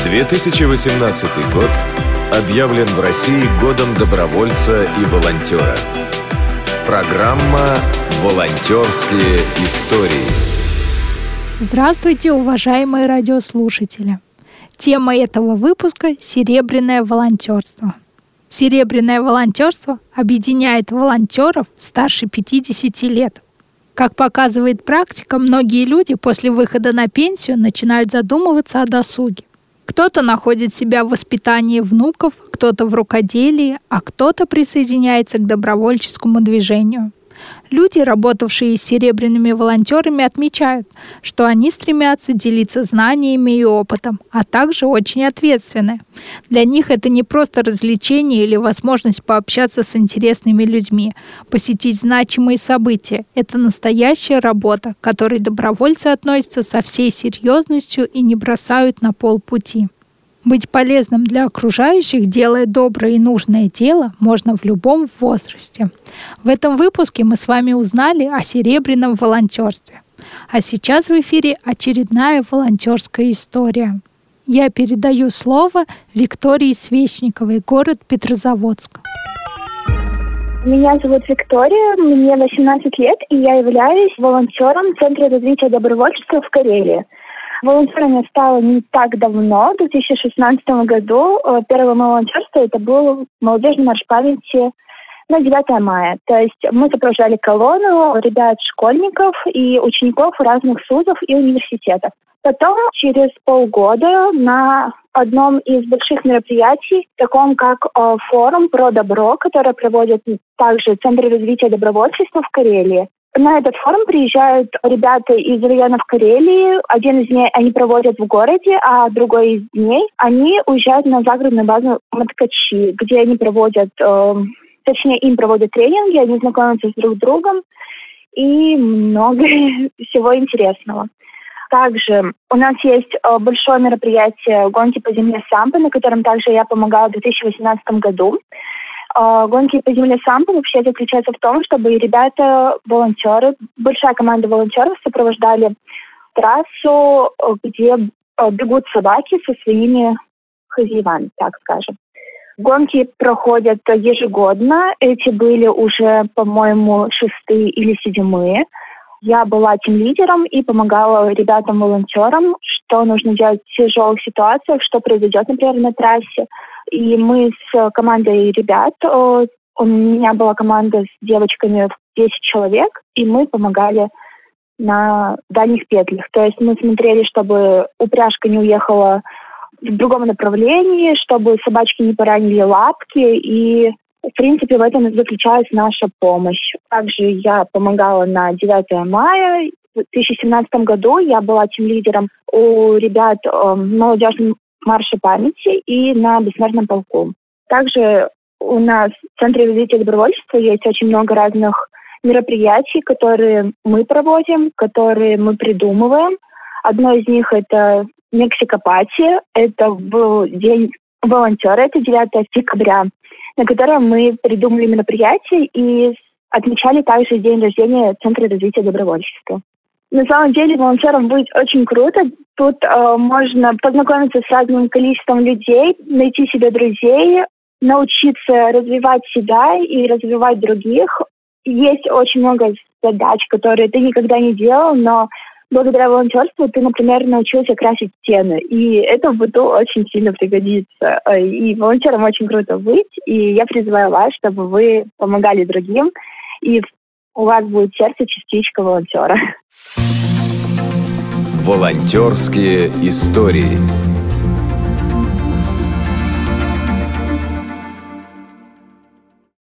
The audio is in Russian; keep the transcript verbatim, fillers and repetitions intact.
две тысячи восемнадцатый год объявлен в России годом добровольца и волонтера. Программа «Волонтерские истории». Здравствуйте, уважаемые радиослушатели! Тема этого выпуска – серебряное волонтерство. Серебряное волонтерство объединяет волонтеров старше пятидесяти лет. Как показывает практика, многие люди после выхода на пенсию начинают задумываться о досуге. Кто-то находит себя в воспитании внуков, кто-то в рукоделии, а кто-то присоединяется к добровольческому движению. Люди, работавшие с серебряными волонтерами, отмечают, что они стремятся делиться знаниями и опытом, а также очень ответственны. Для них это не просто развлечение или возможность пообщаться с интересными людьми, посетить значимые события. Это настоящая работа, к которой добровольцы относятся со всей серьезностью и не бросают на полпути. Быть полезным для окружающих, делая доброе и нужное дело, можно в любом возрасте. В этом выпуске мы с вами узнали о серебряном волонтерстве. А сейчас в эфире очередная волонтерская история. Я передаю слово Виктории Свечниковой, город Петрозаводск. Меня зовут Виктория, мне восемнадцать лет, и я являюсь волонтером Центра развития добровольчества в Карелии. Волонтером я стала не так давно, в две тысячи шестнадцатом году. Первое мое волонтерство это был молодежный марш памяти на девятое мая. То есть мы сопровождали колонну ребят-школьников и учеников разных вузов и университетов. Потом, через полгода, на одном из больших мероприятий, таком как э, форум «Про добро», который проводит также Центр развития добровольчества в Карелии, на этот форум приезжают ребята из районов Карелии. Один из дней они проводят в городе, а другой из дней они уезжают на загородную базу Маткачи, где они проводят, э, точнее, им проводят тренинги, они знакомятся с друг другом и много всего интересного. Также у нас есть э, большое мероприятие «Гонки по земле самбо», на котором также я помогала в две тысячи восемнадцатом году. Гонки по земле самбо вообще заключаются в том, чтобы ребята, волонтеры, большая команда волонтеров сопровождали трассу, где бегут собаки со своими хозяевами, так скажем. Гонки проходят ежегодно. Эти были уже, по-моему, шестые или седьмые. Я была тимлидером и помогала ребятам-волонтерам, что нужно делать в тяжелых ситуациях, что произойдет, например, на трассе. И мы с командой ребят, у меня была команда с девочками в десять человек, и мы помогали на дальних петлях. То есть мы смотрели, чтобы упряжка не уехала в другом направлении, чтобы собачки не поранили лапки, и в принципе в этом заключается наша помощь. Также я помогала на девятое мая. В две тысячи семнадцатом году я была тимлидером у ребят э, молодежного марша памяти и на бессмертном полку. Также у нас в Центре развития добровольчества есть очень много разных мероприятий, которые мы проводим, которые мы придумываем. Одно из них это Мексикопати. Это был день волонтера, это девятое декабря, на котором мы придумали мероприятие и отмечали также день рождения Центра развития добровольчества. На самом деле волонтером будет очень круто. Тут э, можно познакомиться с разным количеством людей, найти себе друзей, научиться развивать себя и развивать других. Есть очень много задач, которые ты никогда не делал, но благодаря волонтерству ты, например, научился красить стены. И это в быту очень сильно пригодится. И волонтером очень круто быть. И я призываю вас, чтобы вы помогали другим. И у вас будет в сердце частичка волонтера. Волонтерские истории.